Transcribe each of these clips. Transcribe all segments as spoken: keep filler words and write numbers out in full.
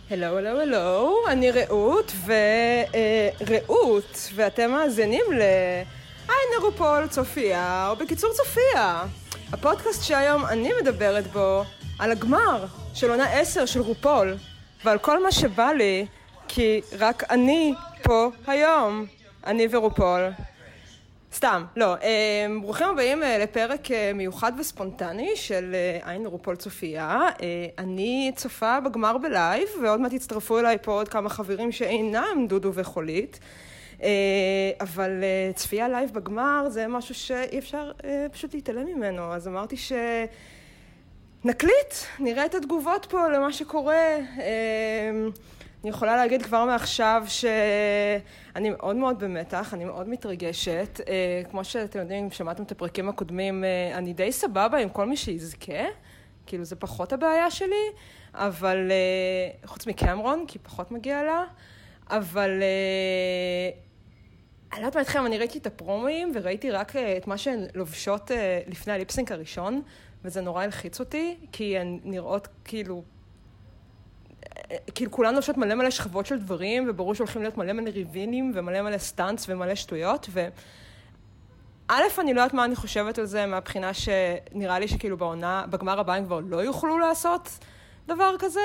הלו, הלו, הלו, אני רעות, ורעות, ואתם מאזינים ל... היי רופול, צופיה, או בקיצור צופיה. הפודקאסט שהיום אני מדברת בו על הגמר של עונה עשר של רופול, ועל כל מה שבא לי, כי רק אני פה היום, אני ורופול. סתם, לא. ברוכים הבאים לפרק מיוחד וספונטני של עין רופול צופיה. אני צופה בגמר בלייב, ועוד מעט הצטרפו אליי פה עוד כמה חברים שאינם דודו וחולית. אבל צפייה לייב בגמר זה משהו שאי אפשר פשוט להתעלם ממנו. אז אמרתי שנקליט, נראה את התגובות פה למה שקורה. אני יכולה להגיד כבר מעכשיו שאני מאוד מאוד במתח, אני מאוד מתרגשת. כמו שאתם יודעים, שמעתם את הפרקים הקודמים, אני די סבבה עם כל מי שיזכה. כאילו זה פחות הבעיה שלי, אבל חוץ מקמרון, כי פחות מגיע לה. אבל אני לא יודעת מה איתכם, אני ראיתי את הפרומואים וראיתי רק את מה שהן לובשות לפני הליפסינק הראשון, וזה נורא הלחיץ אותי, כי הן נראות כאילו... כאילו כולנו לובשות מלא מלא שכבות של דברים, וברור שהולכים להיות מלא מלא ריבינים, ומלא מלא סטאנץ ומלא שטויות, ו... א', אני לא יודעת מה אני חושבת על זה, מהבחינה שנראה לי שכאילו בעונה, בגמר הבא הם כבר לא יוכלו לעשות דבר כזה,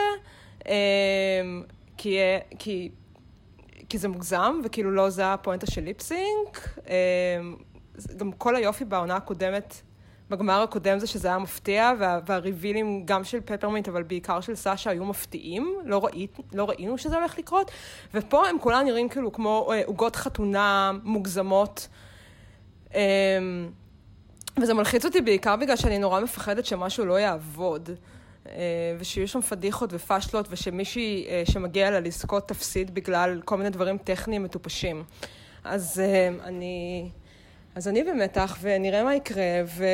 כי, כי, כי זה מוגזם, וכאילו לא זה הפואנטה של ליפסינק. גם כל היופי בעונה הקודמת, בגמר הקודם זה שזה היה מפתיע, וה, והריבילים גם של פפרמינט, אבל בעיקר של סאשה, היו מפתיעים, לא, ראית, לא ראינו שזה הולך לקרות, ופה הם כולם נראים כאילו כמו עוגות חתונה מוגזמות, וזה מלחיץ אותי בעיקר בגלל שאני נורא מפחדת שמשהו לא יעבוד, ושיהיו שם פדיחות ופשלות, ושמישהי שמגיע לה לזכות תפסיד בגלל כל מיני דברים טכניים מטופשים. אז אני... אז אני במתח, ונראה מה יקרה, ו...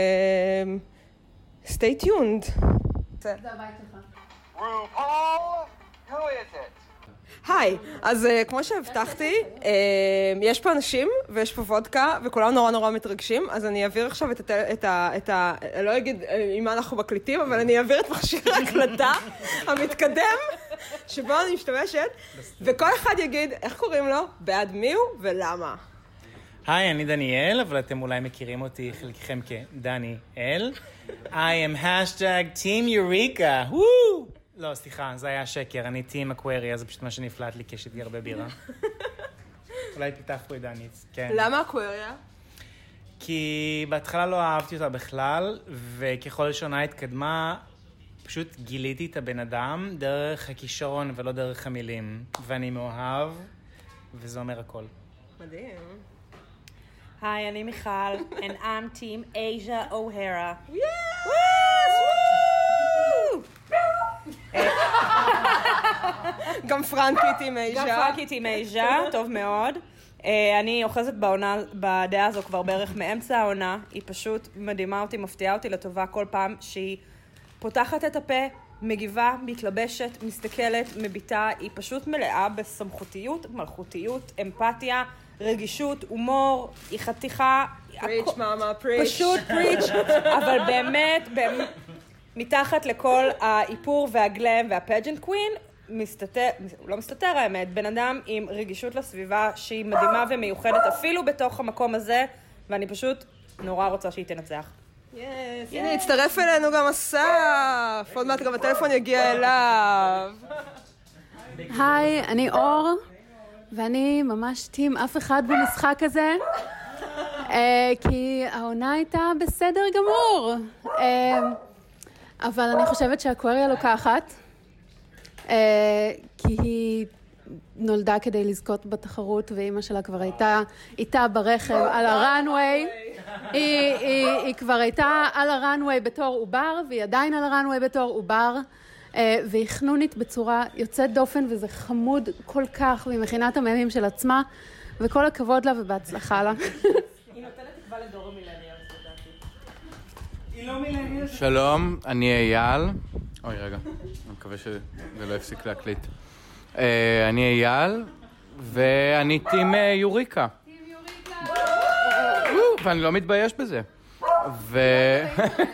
stay tuned. זה הבית שלך. RuPaul, who is it? היי, אז כמו שהבטחתי, יש פה אנשים, ויש פה וודקה, וכולם נורא נורא מתרגשים, אז אני אעביר עכשיו את ה... את ה... את ה... לא אגיד עם מה אנחנו מקליטים, אבל אני אעביר את מכשיר ההקלטה המתקדם, שבו אני משתמשת, וכל אחד יגיד איך קוראים לו, בעד מי הוא ולמה. היי, אני דניאל, אבל אתם אולי מכירים אותי חלקכם כדני אל. I am hashtag Team Eureka. וואו! לא, סליחה, זה היה שקר. אני Team Aquaria, זה פשוט מה שנפלט לי כשתי הרבה בירה. אולי תפתח פה את דניץ, כן. למה אקווריה? כי בהתחלה לא אהבתי אותה בכלל, וככל שעונה התקדמה, פשוט גיליתי את הבן אדם דרך הכישרון ולא דרך המילים. ואני מאוהב, וזה אומר הכל. מדהים. היי, אני מיכל, and I'm Team Asia O'Hara. גם פרנקי טים אייז'ה. גם פרנקי טים אייז'ה, טוב מאוד. אני אוחזת בעונה, בדעה הזו כבר בערך מאמצע העונה. היא פשוט מדהימה אותי, מפתיעה אותי לטובה כל פעם שהיא פותחת את הפה, מגיבה, מתלבשת, מסתכלת, מביטה. היא פשוט מלאה בסמכותיות, מלכותיות, אמפתיה, רגישות, הומור, היא חתיכה. פריץ' מאמה, פריץ'. פשוט פריץ', אבל באמת, באמת, מתחת לכל האיפור והגלם והפג'נט קווין, מסתתר, לא מסתתר האמת, בן אדם עם רגישות לסביבה שהיא מדהימה ומיוחדת, אפילו בתוך המקום הזה, ואני פשוט נורא רוצה שהיא תנצח. יס, הנה, הצטרף אלינו גם אסף, עוד מעט גם הטלפון יגיע אליו. היי, אני אור, ואני ממש טים אף אחד במשחק הזה, כי העונה הייתה בסדר גמור, אבל אני חושבת שהאקווריה לוקחת, כי היא נולדה כדי לזכות בתחרות, ואימא שלה כבר הייתה איתה ברכב על הרנווי. היא, היא, היא כבר הייתה על הרנווי בתור עובר, והיא עדיין על הרנווי בתור עובר, והיא חנונית בצורה יוצאת דופן, וזה חמוד כל כך, והיא מכינה את המאמים של עצמה, וכל הכבוד לה ובהצלחה לה. היא נותנת תקווה לדור המילניאלס, לדעתי. היא לא מילניאלס. שלום, אני אייל. אוי, רגע, אני מקווה שזה לא יפסיק להקליט. אני אייל, ואני טים יוריקה. טים יוריקה! ואני לא מתבייש בזה. ו...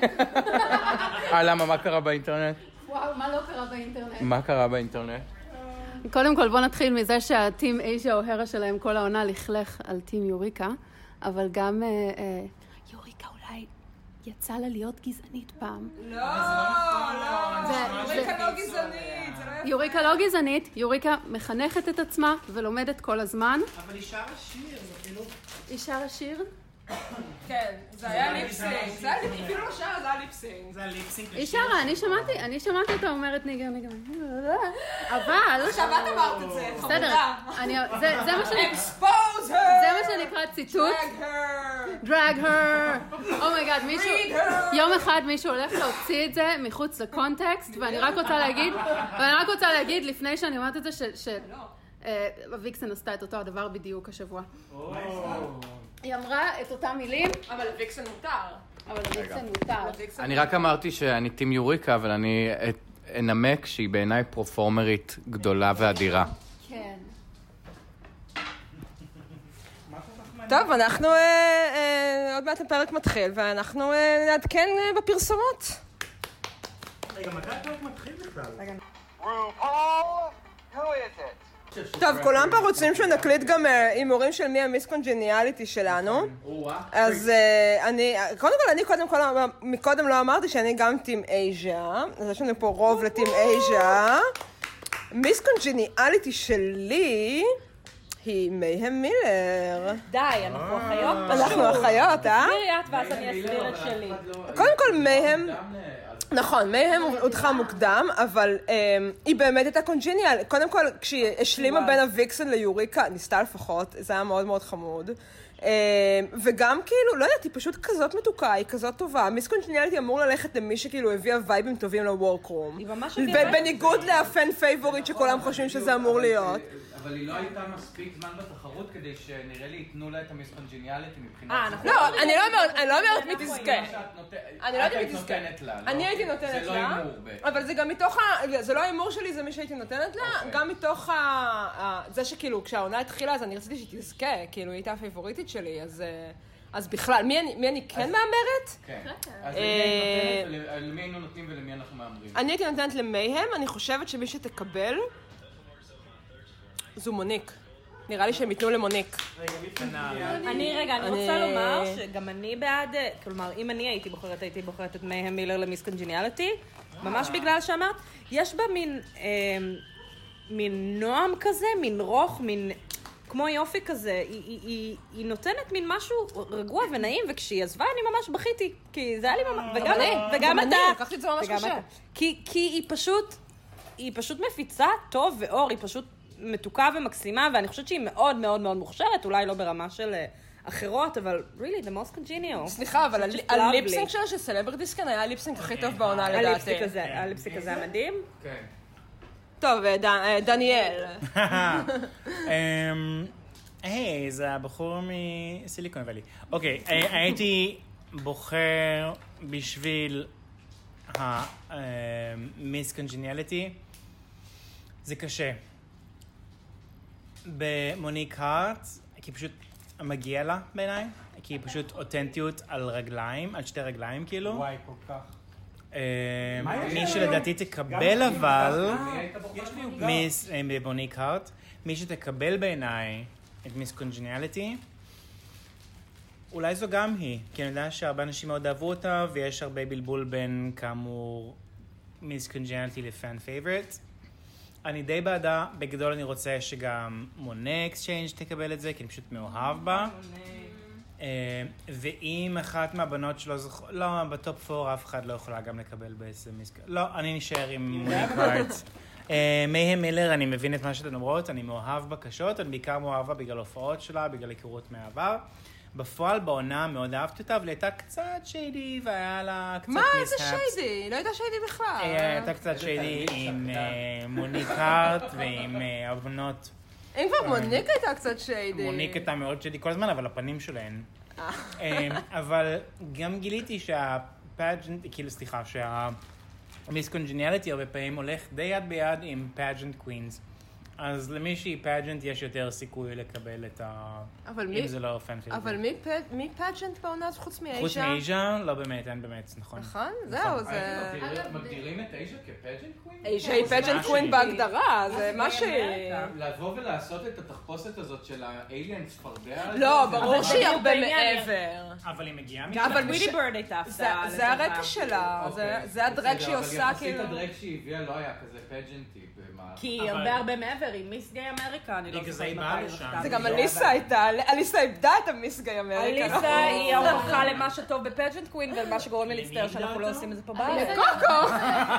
אה, למה? מה קרה באינטרנט? וואו, מה לא קרה באינטרנט? מה קרה באינטרנט? קודם כל בוא נתחיל מזה שהטים אייז'ה אוהרה שלהם כל העונה לכלך על טים יוריקה, אבל גם אה, אה, יוריקה אולי יצא לה להיות גזענית פעם. לא, לא, זה- יוריקה לא גזענית, זה לא יפה. יוריקה לא גזענית, יוריקה מחנכת את עצמה ולומדת כל הזמן. אבל היא שרה שיר, זה כאילו... היא שרה שיר? כן, זה היה ליפסינג, זה היה ליפסינג, אפילו לא שרה, זה היה ליפסינג. זה הליפסינג היא שרה, אני שמעתי, אני שמעתי אותה אומרת ניגר ניגר. אבל... עכשיו את אמרת את זה, בסדר, חמודה. אני- זה זה מה שאני... Expose her! זה מה שנקרא ציטוט. Drag her! drag her. אומייגאד, מישהו... Read her! יום אחד מישהו הולך להוציא את זה מחוץ לקונטקסט, ואני רק רוצה להגיד, ואני רק רוצה להגיד לפני שאני אומרת את זה, ש... ש... אה, ויקסן עשתה את אותו הדבר בדיוק השבוע. היא אמרה את אותם מילים, אבל ויקסן מותר. אבל לוויקסן מותר. אני רק אמרתי שאני טים יוריקה, אבל אני אנמק שהיא בעיניי פרופורמרית גדולה ואדירה. כן. טוב, אנחנו, אה, אה, עוד מעט הפרק מתחיל, ואנחנו אה, נעדכן אה, בפרסומות. רגע, מתי הפרק מתחיל בכלל? RuPaul, who is it? טוב, כולם פה רוצים שנקליט גם אה, הימורים של מי המיס קונג'ניאליטי שלנו. אז אה, אני, קודם כל, אני קודם כל, מקודם לא אמרתי שאני גם טים אייז'ה, אז יש לנו פה רוב לטים אייז'ה. מיס קונג'ניאליטי שלי היא מייהם מילר. די, אנחנו אחיות. אנחנו אחיות, אה? תסבירי את ואז אני אסביר את שלי. קודם כל מייהם, נכון, מייהם הודחה מוקדם, אבל um, היא באמת הייתה קונג'יניאל. קודם כל, כשהיא השלימה בין הוויקסן ליוריקה, ניסתה לפחות, זה היה מאוד מאוד חמוד. Um, וגם כאילו, לא יודעת, היא פשוט כזאת מתוקה, היא כזאת טובה. מיס קונג'יניאליטי אמור ללכת למי שכאילו הביאה וייבים טובים לוורקרום. היא ממש הביאה בניגוד להפן פייבוריט שכולם חושבים שזה אמור להיות. אבל היא לא הייתה מספיק זמן בתחרות כדי שנראה לי ייתנו לה את המיס קונג'ניאליטי מבחינת... אה, נכון. לא, אני לא אומרת, אני לא אומרת מי תזכה. אני לא יודעת את מי היית תזכה. נותנת לה, לא? אני הייתי נותנת זה לא לה, הימור בעצם. אבל זה גם מתוך ה... זה לא ההימור שלי, זה מי שהייתי נותנת לה, גם מתוך ה... ה- זה שכאילו, כשהעונה התחילה, אז אני רציתי שהיא תזכה, כאילו, היא הייתה הפייבוריטית שלי, אז... אה, אז בכלל, מי אני, מי אני כן מהמרת? כן. אז אה, למי היית נותנת, למי היינו נותנים ולמי אנחנו מהמרים? אני הייתי נותנת למייהם, אני חושבת שמי שתקבל זו מוניק. נראה לי שהם ייתנו למוניק. אני, רגע, אני אני- רוצה לומר שגם אני בעד, כלומר, אם אני הייתי בוחרת, הייתי בוחרת את מייהם מילר למיס קונג'ניאליטי, ממש בגלל שאמרת, יש בה מין, אה, מין נועם כזה, מין רוך, מין, כמו יופי כזה, היא, היא, היא, היא נותנת מין משהו רגוע ונעים, וכשהיא עזבה אני ממש בכיתי, כי זה היה לי ממש, וגם, אני, וגם גם אתה, אני, לקחתי את זה ממש וגם קשה. אתה. כי, כי היא פשוט, היא פשוט מפיצה טוב ואור, היא פשוט מתוקה ומקסימה, ואני חושבת שהיא מאוד מאוד מאוד מוכשרת, אולי לא ברמה של אה, אחרות, אבל really, the most congenial. סליחה, אבל Just lovely. הליפסינג שלה של סלבריטיסקן היה הליפסינג הכי טוב בעונה לדעתי. הליפסטיק הזה, הליפסטיק הזה המדהים. כן. טוב, אה, ד- אה, דניאל. אמ, היי, זה הבחור מסיליקון ואלי. אוקיי, אה, הייתי בוחר בשביל המיס קונג'ניאליטי. זה קשה. במוניק הארט, כי פשוט מגיע לה בעיניי, כי היא פשוט אותנטיות על רגליים, על שתי רגליים כאילו. וואי, כל כך. אה, מי שלדעתי תקבל אבל, יש לי עוגה. מיס אה, במוניק הארט, מי שתקבל בעיניי את מיס קונג'ניאליטי, אולי זו גם היא, כי אני יודע שהרבה אנשים מאוד אהבו אותה, ויש הרבה בלבול בין כאמור מיס קונג'ניאליטי לפן פייבורט. אני די בעדה, בגדול אני רוצה שגם מונה אקסצ'יינג' תקבל את זה, כי אני פשוט מאוהב בה. אה, ואם אחת מהבנות שלו זוכר, לא, בטופ פור אף אחד לא יכולה גם לקבל בעצם מיסק... לא, אני נשאר עם מוניק הארט. מייהם מילר, אני מבין את מה שאתן אומרות, אני מאוהב בקשות, אני בעיקר מאוהב בה בגלל הופעות שלה, בגלל היכרות מהעבר. בפועל בעונה מאוד אהבתי אותה, אבל הייתה קצת שיידי, והיה לה קצת מה, מיס איזה שיידי? לא הייתה שיידי בכלל. הייתה קצת שיידי עם אה, מוניק הארט ועם אה, הבנות. אם כבר מוניק הייתה קצת שיידי. מוניק הייתה מאוד שיידי כל הזמן, אבל הפנים שלהן. אה, אבל גם גיליתי שהפאג'נט, כאילו סליחה, שהמיס קונג'ניאליטי הרבה פעמים הולך די יד ביד עם פאג'נט קווינס. אז למישהי פאג'נט יש יותר סיכוי לקבל את ה... אבל אם מי- זה לא פן פייבוריט. אבל מי פ- מי פאג'נט בעונה הזו חוץ מאישה? חוץ מאיז'ה? לא באמת, אין באמת, נכון. נכון? זהו, זה... מגדירים את אייז'ה כפאג'נט קווין? אישה היא פאג'נט משהו. קווין בהגדרה, זה מה ש... לבוא ולעשות את התחפושת הזאת של האליאן צפרדע? לא, זה- ברור זה שהיא בדיוק הרבה העניין. מעבר. אבל היא מגיעה גם אבל טוויטי מש- בירד הייתה זה- הפתעה. זה לטובה. הרקע שלה, אוקיי, זה- זה הדרג בסדר, שהיא עושה אבל כאילו... יחסית הדרג שהיא הביאה לא היה כזה פאג'נטי במהלך. כי היא אבל- הרבה הרבה מעבר, היא מיס גיי אמריקה, אני לא בגלל זה זוכרת היא מתי באה היא לשם. זכתה. זה גם בזה. אליסה הייתה, אליסה איבדה את המיס גיי אמריקה. אליסה היא ההוכחה למה שטוב בפאג'נט קווין, ולמה שגורם לי להצטער שאנחנו לא עושים את זה פה בארץ. קוקו!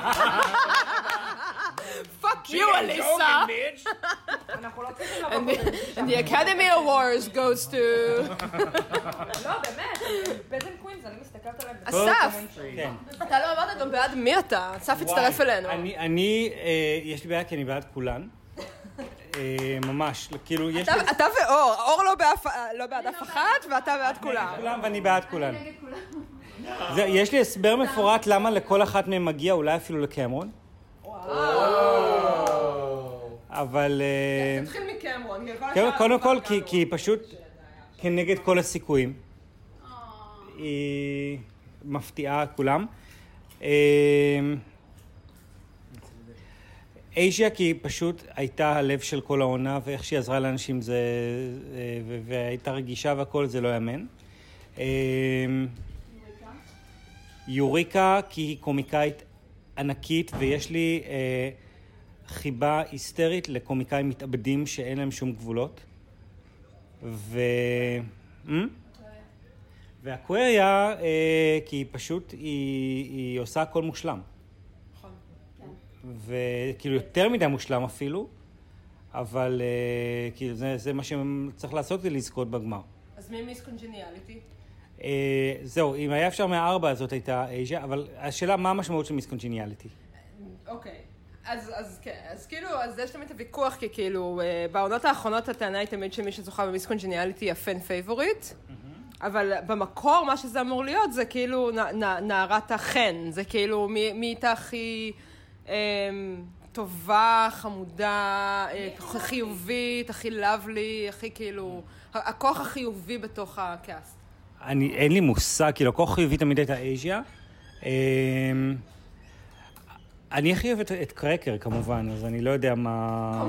פאק יו אליסה! אנחנו לא צריכים לבוא פה. And the Academy Awards goes to... לא, באמת, פאג'נט קווין, אני מסתכלת עליהם. אסף! כן. אתה לא אמרת גם בעד מי אתה? אסף הצטרף אלינו. אני, אני, אה, יש לי בעיה כי אני בעד כולן. אה, ממש, כאילו, יש לי אתה- אתה ואור, אור לא באף- לא בעד אף אחת ואתה בעד כולם. כולם ואני בעד כולן. זה, יש לי הסבר מפורט למה לכל אחת מהם מגיע, אולי אפילו לקמרון. אבל... אה, תתחיל מקמרון. כי כל כן, השאר קודם כבר כל, כי, הגענו. כי היא פשוט כנגד כל הסיכויים. היא מפתיעה כולם. אה, אייז'ה כי היא פשוט הייתה הלב של כל העונה, ואיך שהיא עזרה לאנשים זה... אה, ו- והייתה רגישה והכל, זה לא יאמן. אה, יוריקה כי היא קומיקאית ענקית, ויש לי אה, חיבה היסטרית לקומיקאים מתאבדים שאין להם שום גבולות. ו... Hmm? והקווריה, אה, כי היא פשוט, היא, היא עושה הכל מושלם. וכאילו יותר מדי מושלם אפילו, אבל אה, כאילו זה, זה מה שצריך לעשות כדי לזכות בגמר. אז מי מיס קונג'ניאליטי? אה, זהו, אם היה אפשר מהארבע הזאת הייתה אייז'ה, אבל השאלה מה המשמעות של מיסקונג'ניאליטי? אוקיי. אז, אז כן, אז כאילו, אז יש תמיד את הוויכוח, כי כאילו, אה, בעונות האחרונות הטענה היא תמיד שמי שזוכה במיס קונג'ניאליטי היא הפן פייבוריט, אבל במקור מה שזה אמור להיות זה כאילו נ, נ, נערת החן, זה כאילו מי, מי איתה הכי אה, טובה, חמודה, אה, חיובית, הכי לבלי, הכי כאילו, ה- הכוח החיובי בתוך הקאסט. אני, אין לי מושג, כאילו, הכוח חיובי תמיד הייתה אייז'ה. אה, אני הכי אוהב את, את קרקר כמובן, אז אני לא יודע מה...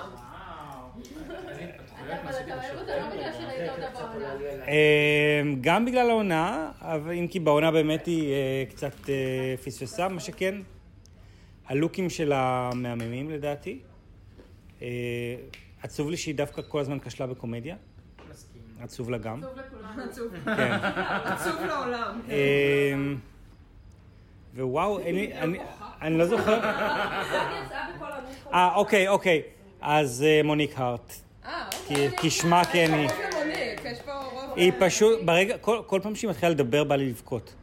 אה, גם בגלל העונה, אבל אם כי בעונה באמת היא אה, קצת אה, פספסה, מה שכן, הלוקים שלה מהממים לדעתי. אה, עצוב לי שהיא דווקא כל הזמן כשלה בקומדיה. עצוב לה גם. עצוב. כן. עצוב לעולם. אה, ווואו, אין לי, אני, אני לא זוכר. אה, אוקיי, אוקיי. אז אה, מוניק הארט. אה, כי- כי שמה כן היא. רוב למוניק, יש פה רוב... היא פשוט, ברגע, כל, כל פעם שהיא מתחילה לדבר בא לי לבכות.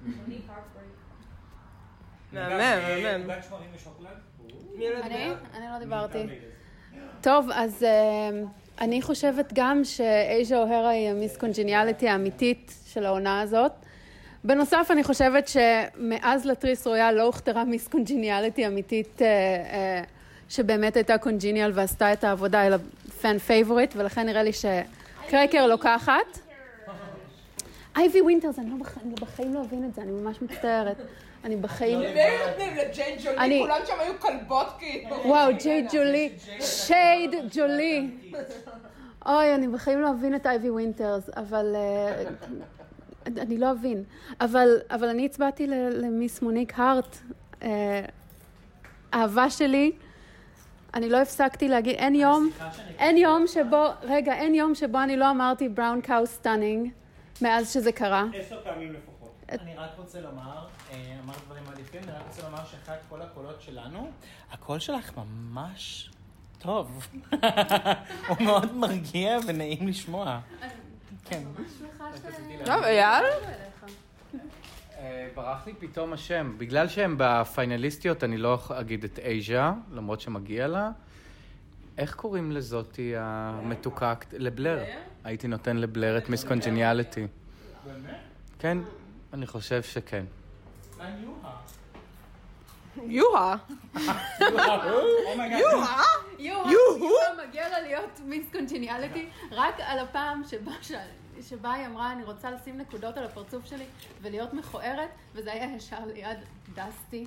מהמם, מהמם. אני? אני לא דיברתי. טוב, אז אה, אני חושבת גם שאייז'ה אוהרה היא המיס קונג'ניאליטי האמיתית של העונה הזאת. בנוסף, אני חושבת שמאז לטריס רויאל לא הוכתרה מיס קונג'ניאליטי אמיתית אה, אה, שבאמת הייתה קונג'יניאל ועשתה את העבודה, אלא פן פייבוריט, ולכן נראה לי שקרקר לוקחת. אייבי ווינטרס, אני לא בח- אני בחיים לא אבין את זה, אני ממש מצטערת. אני בחיים... מי נותנים לג'יין ג'ולי? אני- כולן שם היו כלבות כאילו. וואו, ג'יי ג'ולי, שייד ג'ולי. אוי, אני בחיים לא אבין את אייבי ווינטרס, אבל... אה, אני לא אבין. אבל, אבל אני הצבעתי ל- למיס מוניק הארט. אה, אהבה שלי, אני לא הפסקתי להגיד, אין יום, אין יום שבו, רגע, אין יום שבו אני לא אמרתי בראון קאו סטאנינג, מאז שזה קרה. עשר פעמים לפחות. אני רק רוצה לומר, אה, אמרת דברים מאוד יפים, אני רק רוצה לומר שאחת כל הקולות שלנו, הקול שלך ממש טוב. הוא מאוד מרגיע ונעים לשמוע. כן. טוב, אייל? אה, ברח לי פתאום השם. בגלל שהם בפיינליסטיות, אני לא אגיד את אייז'ה, למרות שמגיע לה. איך קוראים לזאתי המתוקה? לבלר. הייתי נותן לבלר את מיס קונג'ניאליטי. כן, אני חושב שכן. יוהה. יוהה? יוה מגיע לה להיות מיס קונג'יניאליטי, רק על הפעם שבה שבה היא אמרה, אני רוצה לשים נקודות על הפרצוף שלי ולהיות מכוערת, וזה היה ישר ליד דסטי.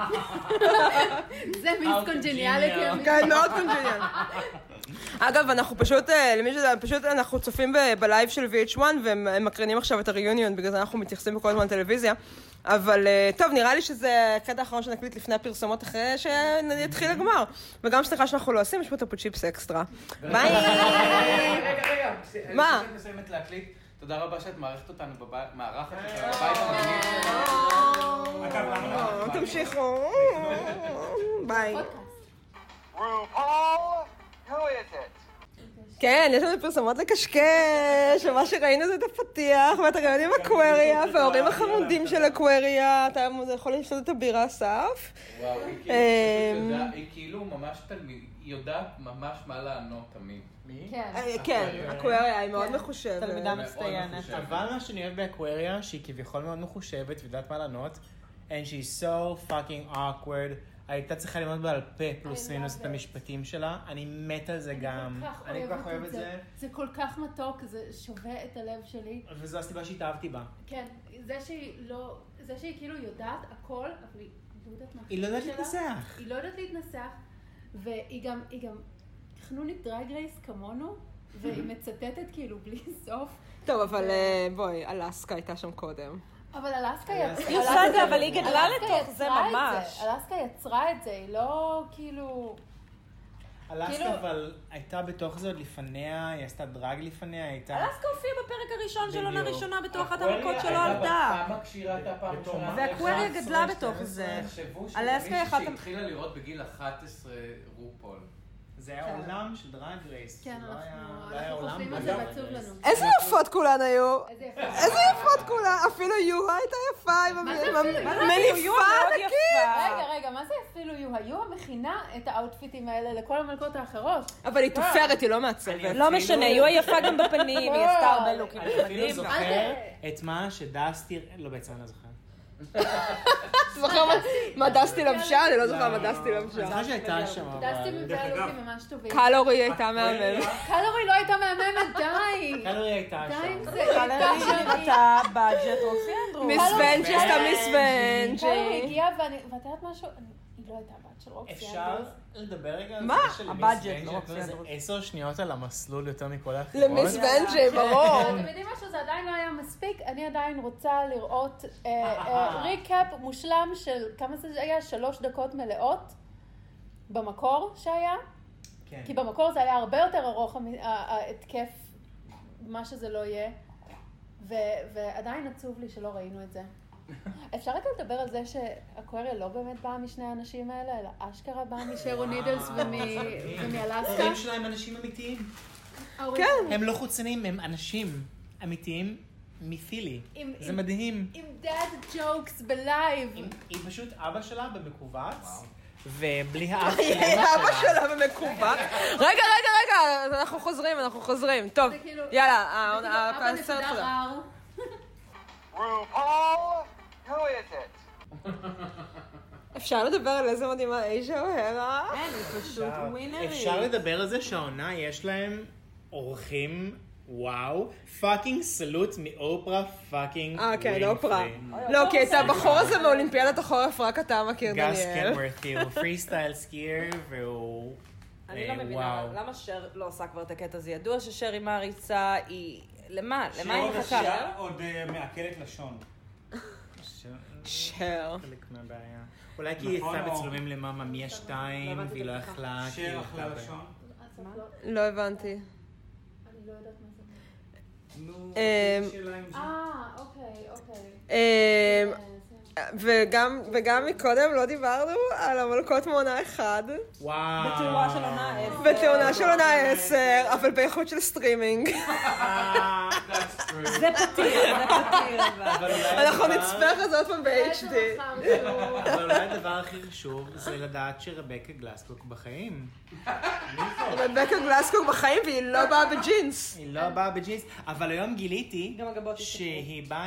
זה מיס קונג'יניאליטי. כן, מאוד קונג'יניאל. אגב, אנחנו פשוט, למי שזה, פשוט אנחנו צופים בלייב של וי אייץ' וואן, והם מקרינים עכשיו את הריוניון, בגלל זה אנחנו מתייחסים בכל הזמן טלוויזיה. אבל טוב, נראה לי שזה הקטע האחרון שנקליט לפני הפרסומות, אחרי שיתחיל הגמר. וגם סליחה שאנחנו לא עושים, יש פה את הפוצ'יפס אקסטרה. ביי! רגע, רגע. מה? אני מסיימת להקליט. תודה רבה שאת מערכת אותנו במערכת בבית המגניב. אגב, למה? תמשיכו. ביי. RuPaul, who is it? כן, יש לנו פרסומות לקשקש, ומה שראינו זה את הפתיח, ואת הראיון עם אקווריה, וההורים החמודים של אקווריה, אתה יכול לשתות את הבירה אסף. וואו, היא כאילו ממש תלמיד, היא יודעת ממש מה לענות תמיד. מי? כן, אקווריה היא מאוד מחושבת. תלמידה מצטיינת. אבל מה שאני אוהב באקווריה, שהיא כביכול מאוד מחושבת ויודעת מה לענות, and she's so fucking awkward. הייתה צריכה ללמוד בעל פה פלוס מינוס את המשפטים שלה, אני מת על זה גם. אני כל כך אוהב את זה. זה כל כך מתוק, זה שווה את הלב שלי. וזו הסיבה שהתאהבתי בה. כן, זה שהיא לא, זה שהיא כאילו יודעת הכל, אבל היא לא יודעת מה. היא לא יודעת להתנסח. היא לא יודעת להתנסח, והיא גם, היא גם חנונית דרג רייס כמונו, והיא מצטטת כאילו בלי סוף. טוב, אבל בואי, אלסקה הייתה שם קודם. אבל אלסקה היא עושה את זה, אבל היא גדלה לתוך זה ממש. אלסקה יצרה את זה, היא לא כאילו... אלסקה אבל הייתה בתוך זה עוד לפניה, היא עשתה דרג לפניה, הייתה... אלסקה הופיעה בפרק הראשון של עונה ראשונה בתוך אחת המלכות שלא עלתה. כמה קשירה הייתה פעם ראשונה? ואקווריה גדלה בתוך זה. אלסקה היא אחת... מישהי שהתחילה לראות בגיל אחת עשרה רופול. זה היה עולם של דרג רייס. כן, זה לא היה- אנחנו לא היה עולם חושבים על של זה דרג ועצוב רייס. לנו. איזה יפות כולן היו! איזה יפה. איזה יפות כולן! אפילו יוה הייתה יפה עם מה זה אפילו? מה זה יוה המניפה מאוד ענקית! יפה. רגע, רגע, מה זה אפילו יוה? יוה מכינה את האוטפיטים האלה לכל המלכות האחרות. אבל היא תופרת, היא לא מעצבת. לא משנה, יוה יפה גם בפנים, היא עשתה הרבה לוקים אני אפילו נחמדים. זוכר את מה שדסטי... לא, בעצם אני לא זוכר. אתה זוכר מה- מה דסטי לבשה? אני לא זוכר מה דסטי אני לבשה. זוכר שהייתה שם, דסטי אבל... מביא לוקים ממש טובים. קלורי הייתה מהממת. קלורי לא הייתה מהממת, די! קלורי הייתה די עם שם. זה, היא הייתה שם. אתה בג'ט רוקסי אנדרו. מיס ונג'י עשתה מיס קלורי ונג'י. הגיעה ואני... ואת יודעת משהו? אני- היא לא הייתה בת של רוקסי. אפשר לדבר רגע על מה? זה של הבאג'ט, מיס לא ונג'י, רוקסי זה אנדרוס. עשר שניות על המסלול יותר מכל האחרות. למיס ונג'י, ברור. אתם יודעים משהו? זה עדיין לא היה מספיק. אני עדיין רוצה לראות ריקאפ מושלם של כמה זה היה? שלוש דקות מלאות במקור שהיה. כן. כי במקור זה היה הרבה יותר ארוך המ- ה- ההתקף, מה שזה לא יהיה. ו- ועדיין עצוב לי שלא ראינו את זה. אפשר רק לדבר על זה שאקווריה לא באמת באה משני האנשים האלה, אלא אשכרה באה משיירון נידלס ומאלסקה. ההורים שלהם אנשים אמיתיים. כן. הם לא חוצנים, הם אנשים אמיתיים מפילי. עם- זה עם- מדהים. עם דאד ג'וקס בלייב. היא- היא פשוט אבא שלה במקובץ, ובלי האף של היא אמא אבא שלה. שלה במקובץ. רגע, רגע, רגע, אז אנחנו חוזרים, אנחנו חוזרים. טוב, זה כאילו- יאללה, זה כאילו ה- אבא הסרט נקודה חוזר. R. RuPaul, who is it? אפשר לדבר על איזה מדהימה אייז'ה אוהרה? אין, היא פשוט ווינרית. אפשר לדבר על זה שהעונה יש להם אורחים, וואו, פאקינג סלוט מאופרה פאקינג אה, כן, אופרה. ווינפרי. לא, כי את הבחור הזה מאולימפיאדת החורף רק אתה מכיר, גס דניאל. קנוורתי, הוא פרי סטייל סקייר, והוא... אני לא אה, מבינה, וואו. למה שר לא עושה כבר את הקטע הזה? ידוע ששרי מעריצה היא... למה? למה היא שעוד מחכה? השעה עוד אה, מעכלת לשון. שר. חלק מהבעיה. אולי כי היא נכון, יצאה או- בצילומים למאמה מיה שתיים, והיא לא יכלה... כי היא שר הייתה אכלה ב- לשון. לא הבנתי. אני לא יודעת מה זה. נו, אמ, שאלה אם זה... אה, אוקיי, אוקיי. אמ, אה, זה- וגם וגם מקודם לא דיברנו על המלכות מעונה אחד, וואו. בתאורה של עונה עשר. בתאונה של עונה עשר, אבל באיכות של סטרימינג. זה פתיר, זה פתיר. אבל. אבל אולי אנחנו הדבר- נצפה אחרי זה עוד פעם ב-אייץ' די. איזה רחם שהוא. אבל אולי הדבר הכי חשוב זה לדעת שרבקה גלסקוק בחיים. רבקה גלסקוק בחיים והיא לא באה בג'ינס. היא לא באה בג'ינס, אבל היום גיליתי גם הגבות שהיא באה עם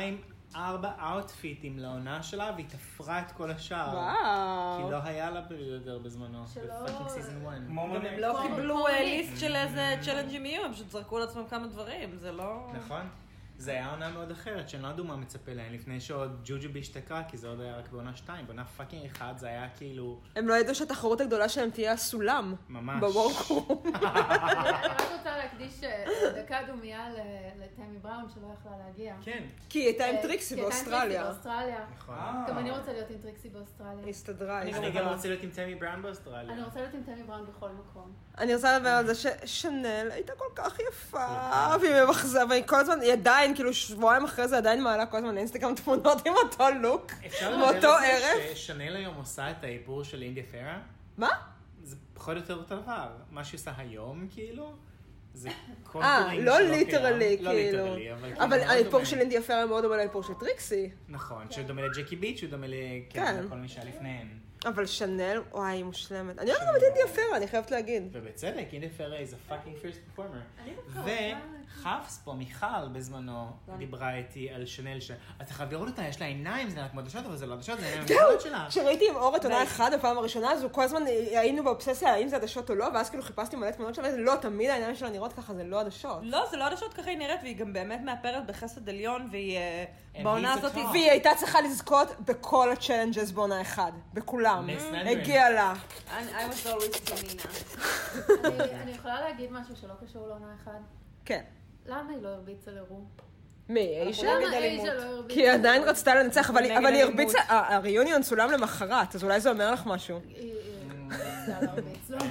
ארבע אאוטפיטים לעונה שלה, והיא תפרה את כל השאר. וואו. כי לא היה לה יותר בזמנו. בפאקינג סיזן אחת. גם הם לא קיבלו ליסט של איזה צ'לנג'ים יהיו, הם פשוט זרקו לעצמם כמה דברים, זה לא... נכון. זה היה עונה מאוד אחרת, שהם לא ידעו מה מצפה להם, לפני שעוד ג'וג'ובי השתקעה, כי זה עוד היה רק בעונה שתיים, בעונה פאקינג אחד זה היה כאילו... הם לא ידעו שהתחרות הגדולה שלהם תהיה הסולם. ממש. בוורקרום. אני רק רוצה להקדיש דקה דומייה לתמי בראון שלא יכלה להגיע. כן. כי היא הייתה עם טריקסי כי הייתה עם באוסטרליה. טריקסי באוסטרליה. נכון. גם אני רוצה להיות עם טריקסי באוסטרליה. הסתדרה. אני גם רוצה להיות עם תמי בראון באוסטרליה. אני רוצה להיות עם תמי בראון בכל מקום. אני רוצה לדבר על זה ששנל הייתה כל כך יפה, והיא ממחזר, והיא כל הזמן, היא עדיין, כאילו שבועיים אחרי זה עדיין מעלה כל הזמן לאינסטגרם תמונות עם אותו לוק, מאותו ערב. ששנל היום עושה את האיפור של אינדיה פרה? מה? זה פחות או יותר אותו דבר. מה שהיא עושה היום, כאילו, זה אה, קונטורינג לא שלא ליטרלי, קיים. לא כאילו. ליטרלי, אבל כאילו אבל מאוד האיפור דומה. של אינדיה פרה מאוד דומה לאיפור של טריקסי. נכון, שדומה לג'קי ביץ', שהוא דומה כן. לכל מי שהיה לפניהן. אבל שנל, וואי, היא מושלמת. אני אוהבת גם את אינדיה פרה, אני חייבת להגיד. ובצדק, אינדיה פרה is a fucking first performer. אני בטוחה. וחפס פה, מיכל בזמנו, דיברה איתי על שנל ש... את צריכה לראות אותה, יש לה עיניים, זה נראה כמו דשות, אבל זה לא דשות, זה עיניים המקורות שלה. כשראיתי עם אור את עונה אחד בפעם הראשונה, אז כל הזמן היינו באובססיה האם זה עדשות או לא, ואז כאילו חיפשתי מלא תמונות שלה, לא, תמיד העיניים שלה נראות ככה, זה לא עדשות. לא, זה לא עדשות ככה היא נראית, והיא גם באמת מאפרת בחסד עליון, והיא בעונה הזאת... והיא הייתה צריכה לזכות בכל הצ'לנג'ס בעונה אחד, בכולם. הגיע לה. I was always Tamina. אני יכולה להגיד משהו שלא קשור לעונה אחד? כן. למה היא לא הרביצה לרו? מי, איישה? למה איישה לא הרביצה? כי היא עדיין רצתה לנצח, אבל נגד אבל היא אלימות. הרביצה, הריוניון צולם למחרת, אז אולי זה אומר לך משהו. היא רצתה להרביץ לו.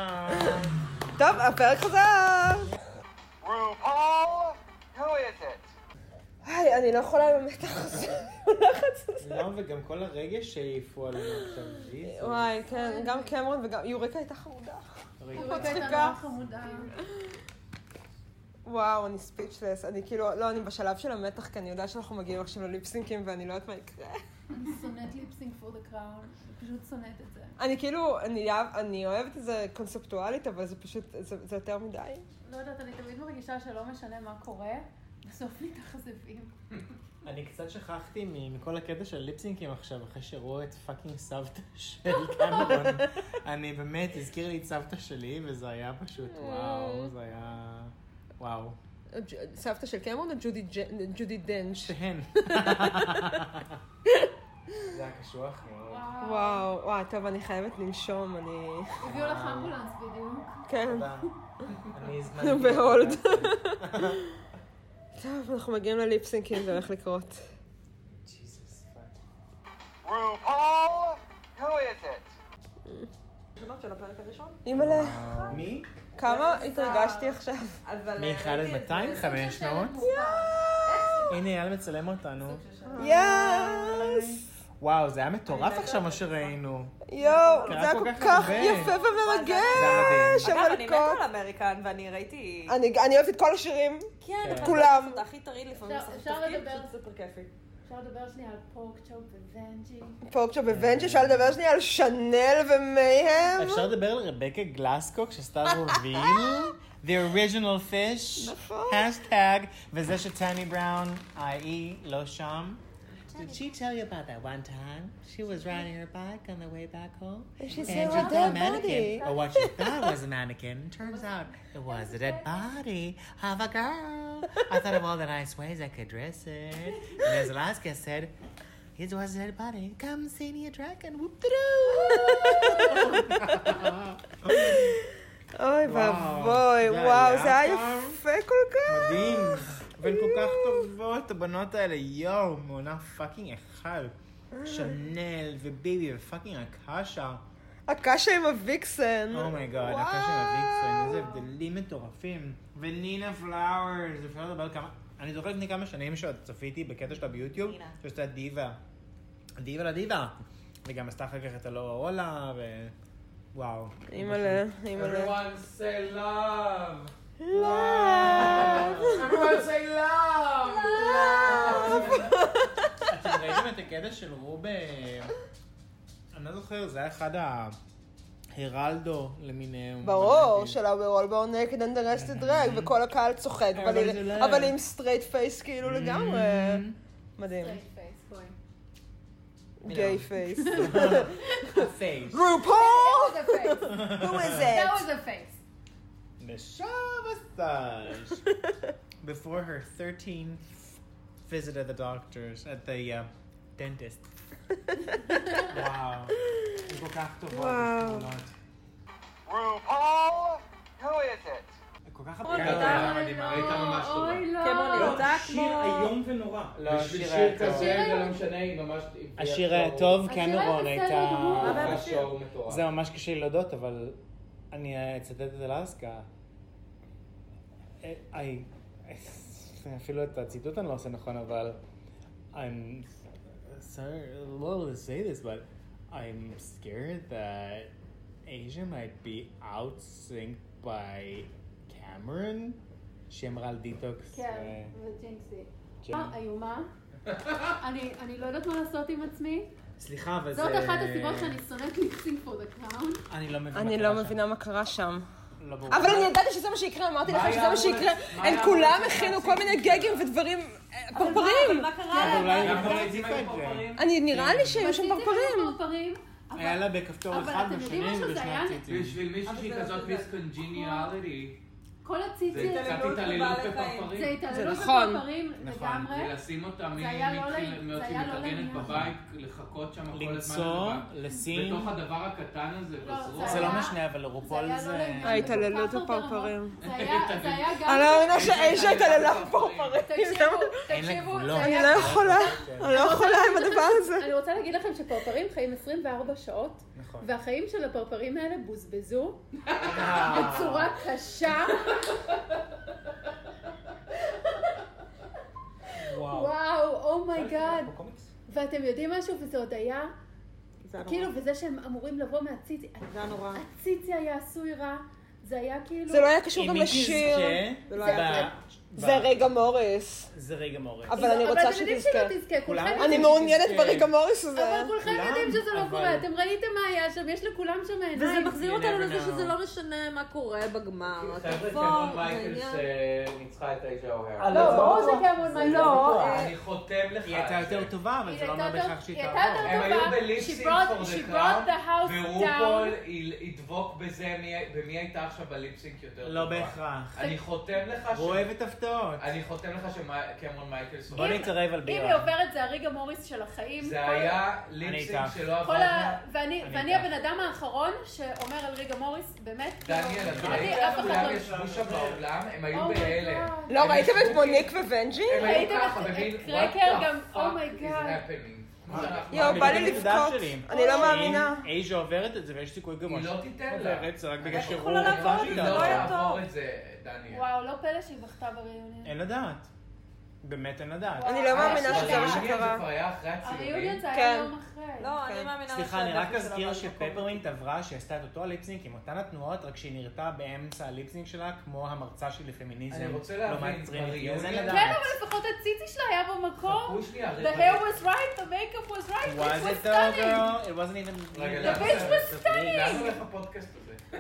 טוב, הפרק חזר. RuPaul, who is it? היי, אני לא יכולה עם המתח הזה. לחץ הזה. לא, וגם כל הרגש שהעיפו עלינו עכשיו. וואי, כן, גם קמרון וגם... יוריקה הייתה חמודה. היא הייתה נורא חמודה. וואו, אני ספיצ'לס. אני כאילו, לא, אני בשלב של המתח, כי אני יודעת שאנחנו מגיעים עכשיו לליפסינקים, ואני לא יודעת מה יקרה. אני שונאת ליפסינג פור דה קראון. אני פשוט שונאת את זה. אני כאילו, אני אוהב- אני אוהבת את זה קונספטואלית, אבל זה פשוט, זה זה יותר מדי. לא יודעת, אני תמיד מרגישה שלא משנה מה קורה, בסוף מתאכזבים. אני קצת שכחתי מכל הקטע של ליפסינקים עכשיו, אחרי שראו את פאקינג סבתא של קמרון. אני באמת, הזכיר לי את סבתא שלי, וזה היה פשוט וואו, זה היה... וואו. ג'- סבתא של קמרון או ג'ודי ג'- ג'ודי דנג'? שהן. זה היה קשוח מאוד. וואו, וואו, טוב, אני חייבת לנשום, אני... הביאו לך אמבולנס בדיוק. כן, תודה. אני הזמנתי. בהולד. טוב, אנחנו מגיעים לליפסינקים, זה הולך לקרות. ג'יזוס פאק. RuPaul, who is it? תמונות של הפרק הראשון? אימא'לה, מי? כמה התרגשתי עכשיו. מ-אחד עד מאתיים? חמש מאות? הנה, יאללה מצלם אותנו. יאס! וואו, זה היה מטורף עכשיו מה שראינו. יואו, קרה זה היה כל כל כך כך הרבה. יפה ומרגש, אגב, אני מתה המלכות. על אמריקן, ואני ראיתי... אני אני אוהבת את כל השירים. כן, אבל כולם. זה הכי טרי לפעמים, אפשר- זה אפשר תפקיד לדבר. פשוט סופר כיפי. אפשר לדבר שנייה על פורק צ'ופ וונג'י. פורקצ'ופ וונג'י, אפשר לדבר שנייה על שנל ומייהם. אפשר לדבר על רבקה גלסקו כשעשתה רוביל? The original fish, hashtag, וזה שטני בראון, היא לא שם. Did she tell you about that one time? She was riding her bike on the way back home. And she and said, she "Well, saw a dead mannequin. body." Or what she thought was a mannequin. Turns out it was a dead body of a girl. I thought of all the nice ways I could dress it. And as Alaska said, it was a dead body. Come see me a dragon. Whoop-de-doo. אוי ואבוי, זה וואו, היה זה היה פעם. יפה כל כך. מדהים. והן כל כך טובות, הבנות האלה, יואו, מעונה פאקינג אחד. שנל וביבי ופאקינג הקשה. הקשה עם הוויקסן. אומייגאד, הקשה עם הוויקסן, איזה הבדלים מטורפים. ונינה פלאוורס, אפשר לדבר כמה... אני זוכר לפני כמה שנים שעוד צפיתי בקטע שלה ביוטיוב, שעשתה דיבה. דיבה לדיבה. וגם עשתה אחר כך את הלא אולה, ו... וואו. אימא'לה, אימא'לה. Everyone say love. Everyone say love! אתם ראיתם את הקטע של רוב... אני לא זוכר, זה היה אחד ההרלדו למיניהם. ברור, של ה-We're all born naked and the rest is drag, וכל הקהל צוחק, אבל אבל היא- זה לא. אבל היא עם סטרייט פייס כאילו לגמרי. מדהים. Straight face, בואי. גיי פייס. Face. RuPaul? That was a face. Who is That it? was a face. Michelle Visage. Before her thirteenth visit at the doctor's, at the uh, dentist. וואו. היא כל כך טובה. וואו. RuPaul, who is it? כל כך אוי, מדהימה. הייתה ממש טובה. אוי, לא. כמו נראה שיר כמו... איום ונורא. לא, בשביל השיר שיר היה טוב. כזה זה לא משנה, היא ממש... השיר היה טוב, קמרון היה הייתה... בסדר גמור. מה הבעיה בשיר? שואו מטורף. זה ממש קשה לי להודות, אבל אני אצטט את אלסקה. I... אפילו את הציטוט אני לא עושה נכון, אבל... I'm sorry to say this, but I'm scared that Asia might be outsynced by Cameron. שהיא אמרה על דיטוקס. כן, וג'ינקסי. ג'ין. אה, איומה. אני אני לא יודעת מה לעשות עם עצמי. סליחה, אבל זה... זאת אחת הסיבות שאני שונאת ליפסינג פור דה קראון. אני לא מבינה. אני מה לא קרה שם. מבינה מה קרה שם. לא ברור. אבל אני ידעתי שזה מה שיקרה, אמרתי לך מה שזה היה מה אמור שיקרה. לצ- מה הם היה כולם אמור הכינו לצאת? כל מיני גגים ודברים אה, פרפרים. מה קרה אבל אולי להם? היא גם לא העצים העדיפה היו את זה. פרפרים? אני נראה לי שהיו שם רציתי פרפרים. פרפרים, אבל- היה לה בכפתור אבל אחד אתם יודעים בשנים משהו? זה היה- ושני ציצים. בשביל מישהו שהיא כזאת מיסקונג'יניאליטי. כל זה הציצים, קצת התעללות התעללות בבעלי חיים. זה בפרפרים. התעללות זה נכון. בפרפרים נכון. לגמרי. ולשים אותה מ- זה היה לא מתחיל- לעניין, מאוד זה שהיא היה לא מתארגנת לעניין. בבית, לחכות שם כל הזמן. למצוא, לדבר. לשים... בתוך הדבר הקטן הזה, לא, בזרוע. זה היה- לא משנה, אבל לרופול היה לא זה... לעניין. ההתעללות כל כך הרבה בפרפרים. רמות. זה היה זה היה גם... אני לא מאמינה שאישה התעללה בפרפרים. תקשיבו, אין לה תקשיבו, גבולות. זה אני היה... לא יכולה, אני לא יכולה עם הדבר הזה. אני רוצה להגיד לכם שפרפרים חיים עשרים וארבע שעות, נכון. והחיים של הפרפרים האלה בוזבזו בצורה קשה. וואו, אומייגאד. ואתם יודעים משהו? וזה עוד היה, כאילו, וזה שהם אמורים לבוא מהציצי, זה היה נורא. הציצי היה עשוי רע, זה היה כאילו... זה לא היה קשור אם גם היא לשיר. תזכה, זה לא היה- ב- זה ב- רגע מוריס. זה רגע מורס. אבל אני רוצה אבל אתם יודעים שתזכה. שלא תזכה, כולם כולכם... אני רוצים מעוניינת שתזכה. ברגע מוריס הזה. אבל כולכם כולם, יודעים שזה לא אבל- קורה, אתם ראיתם מה היה שם, יש לכולם שם עיניים. וזה מחזיר You אותנו never לזה know. שזה לא משנה מה קורה בגמר. חבר'ה, התופעות, קמרון זה מייקלס עניין. אה, ניצחה את אישה אוהר. לא, ברור שקמרון מייקלס. לא, אה, אני חותם לך. היא הייתה על זה. יותר טובה, אבל זה לא אומר הייתה בכך שהיא היא תעבור. הייתה יותר הם היו טובה. בליפסינג She brought- פור she דה brought the קראון, house ורופול down. ידבוק בזה מי- במי הייתה עכשיו בליפסינג יותר טובה. לא בהכרח. אני חותם לך ש... הוא אוהב את הפתעות. אני חותם לך שקמרון מייקלס... בוא נתערב על אם היא בירה. עוברת זה הריגה מוריס של החיים. זה כל- היה ליפסינג איתך. שלא כל עבדנו. ה... ואני, אני ואני איתך. הבן אדם האחרון שאומר על ריגה מוריס, באמת, דניאל, כאילו, אז מבחינתי ראית אף אחד כולם לא... ישבו שם באולם, הם היו Oh my בהלם. God. לא, הם ראיתם את ישבו מוניק כאילו- וונג'י? הם היו ראיתם ככה, את- מבין? את What קרקר the גם, fuck Oh my is God. happening? אנחנו- יואו, בא לי אני בנקודה לבכות. שלי. אני לא מאמינה. אם אייז'ה עוברת את זה ויש סיכוי גבוה. היא לא תיתן לה. עוברת, זה רק בגלל איך שהוא יכולה לעבור את היא זה? לא לא היה תעבור טוב. את זה, דניאל. וואו, לא פלא שהיא בכתה בריאיון. אין לדעת. באמת אין לדעת. אני לא מאמינה שזה מה זה שקרה. כבר היה אחרי הצילומים. הריאיון זה כן. היה יום אחרי. לא, אני מאמינה סליחה, אני רק שהדפי שלה אזכיר בא במקום. שפפרמינט עברה, שהיא עשתה את אותו הליפסינק עם אותן התנועות, רק שהיא נראתה באמצע הליפסינק שלה, כמו המרצה שלי לפמיניזם. אני רוצה לא להבין, מעצרים, בריאיון- אז אין כן, לדעת. כן, אבל לפחות הציצי שלה היה במקום. חכו שנייה, The רגע. hair was right, the makeup was right, it Was was it though, stunning. girl? It wasn't even... רגע, The bitch was לאן הולך הפודקאסט הזה?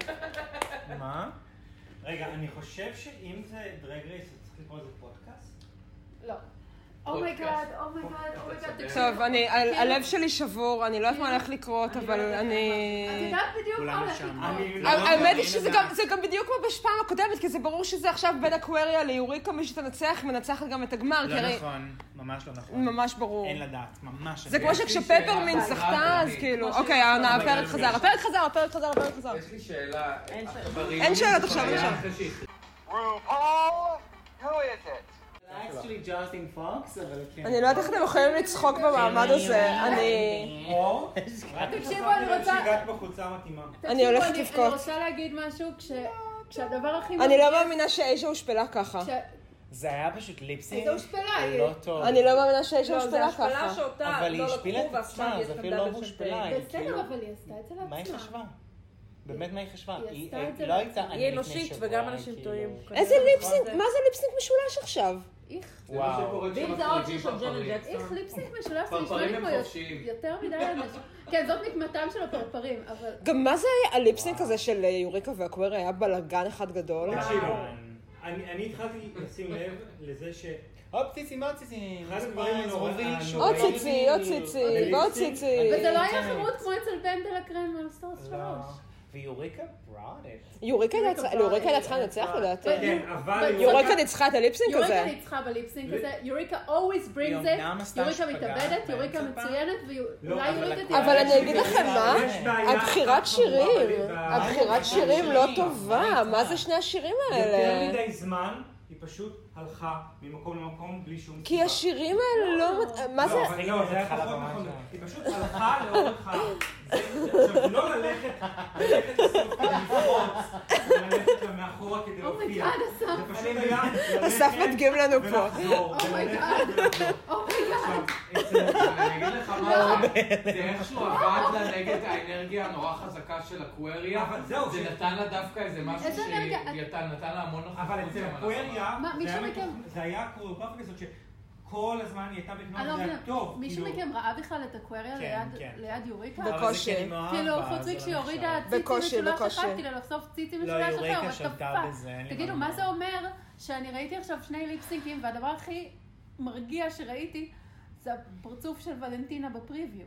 מה? רגע, אני חושב שאם זה דרג רייס, צריך לקרוא לזה פודקאסט? לא. אומייגאד, אומייגאד, אומייגאד. טוב, אני, ה- הלב שלי שבור, אני לא יודעת מה הולך לקרות, אבל את אני... יודעת בדיוק מה כולם הולך שם. לקרות. אני- ה- האמת היא אין שזה לדעת. גם, זה גם בדיוק כמו בפעם הקודמת, כי זה ברור שזה עכשיו בין אקווריה ליוריקה, מי שתנצח מנצחת גם את הגמר, כי לא הרי נכון, ממש לא נכון. ממש ברור. אין לדעת, ממש. זה אין כמו לדעת. שכשפפרמין שאלה. זכתה, אז אני- כאילו, כמו אוקיי, שיש העונה, לנו הפרק בגלל חזר, הפרק חזר, הפרק חזר, הפרק חזר. יש לי שאלה. אין שאלה. בריאיון אין שאלות זה עכשיו, היה עכשיו. אחרי שהיא- RuPaul, who is it? actually ג'וסטין פוקס, אבל כן. אני לא יודעת איך אתם יכולים לצחוק במעמד הזה, אני... או, תקשיבו, אני רוצה- שהגעת בחולצה המתאימה. אני הולכת תקשיבו, לבכות. אני רוצה להגיד משהו, כש- כשהדבר הכי... אני לא מאמינה שאישה הושפלה ככה. כש- זה היה פשוט ליפסינג. איזה הושפלה היא. לא טוב. אני לא מאמינה שאישה לא, זה הושפלה השפלה ככה. שאותה אבל היא לא השפילה לקחו את ועכשיו עצמה, יש זה לה אפילו לא דאבל הושפלה. של היא בסדר, כאילו- אבל היא עשתה את זה לעצמה. מה היא חשבה? באמת מה היא חשבה? היא עשתה את זה היא לא הייתה... לעצמה. אני היא לפני אנושית שבוע, וגם אנשים כאילו- טועים. איזה ליפסינג, מה זה ליפסינג משולש עכשיו? איך, זה מה וואו. שקורה ואם זה עוד שיר של ג'נט כשמקריבים ג'קסון. איך ליפסינג משולש, זה נשמע פרפרים לי הם כמו חופשיים. יותר מדי אנשים. כן, זאת נקמתם של הפרפרים, אבל... גם מה זה היה הליפסינג הזה של יוריקה ואקווריה? היה בלאגן אחד גדול. תקשיבו, אני אני התחלתי לשים לב לזה הופ ציצים, עוד ציצים. אחד הדברים הנורא- עוד ציצי, עוד ציצי, ועוד ציצי. וזה לא היה חמוד כמו אצל בן דה לקרם על סטאר שלוש. ויוריקה brought it. יוריקה הייתה צריכה לנצח לדעתי. כן, אבל... יוריקה ניצחה את הליפסינג הזה. יוריקה ניצחה בליפסינג הזה, יוריקה always brings היא אמנם it, עשתה יוריקה שפגאט מתאבדת, יוריקה באמצע מצוינת, לא, ואולי אבל יוריקה הכל- תהיה... אבל אני אגיד לכם מה, יש בעיה הבחירת אחת שירים, חמורה, הבחירת שירים לא טובה, מה זה שני השירים יותר האלה? מדי זמן, היא פשוט הלכה ממקום למקום בלי שום סיבה. כי השירים האלה לא... מת- מה זה? לא, אבל לא, זה היה התחלה פחות ממש נכון. לא. היא פשוט הלכה לאורך ה... זה- עכשיו, לא ללכת, ללכת לסוף כדי לפרוץ, וללכת לה מאחורה כדי להופיע. אומייגאד, אסף. זה פשוט היה ללכת אסף מדגים לנו פה. ולחזור. אומייגאד. וללכת ולחזור. אומייגאד. עכשיו, אני אגיד לך מה, זה איכשהו עבד לה נגד האנרגיה הנורא חזקה של הקווריה, אבל זהו, זה ש- נתן לה דווקא איזה משהו איזה אנרגיה? שנתן לה המון נוחות. אבל אצל הקווריה, מה, זה מישהו היה מכם- מתוך- זה היה קוריאוגרפיה כזאת שכל הזמן היא הייתה בתנועה, אני לא זה היה מבינה, טוב. מישהו כאילו- מכם ראה בכלל את הקווריה כן, ליד- כן. ליד יוריקה? בקושי. אבל זה כי אני מאוהב כאילו, בה, חוץ זה לא מכשהיא נחשב. הורידה ציצי בקושי, משולש בקושי. אחד כדי לחשוף ציצי לא, משולש יוריקה אחר, שבתה what the fuck? בזה, אין לי תגידו, מה מה זה אומר שאני ראיתי עכשיו שני ליפסינקים, והדבר הכי מרגיע שראיתי זה הפרצוף של ולנטינה בפריוויו.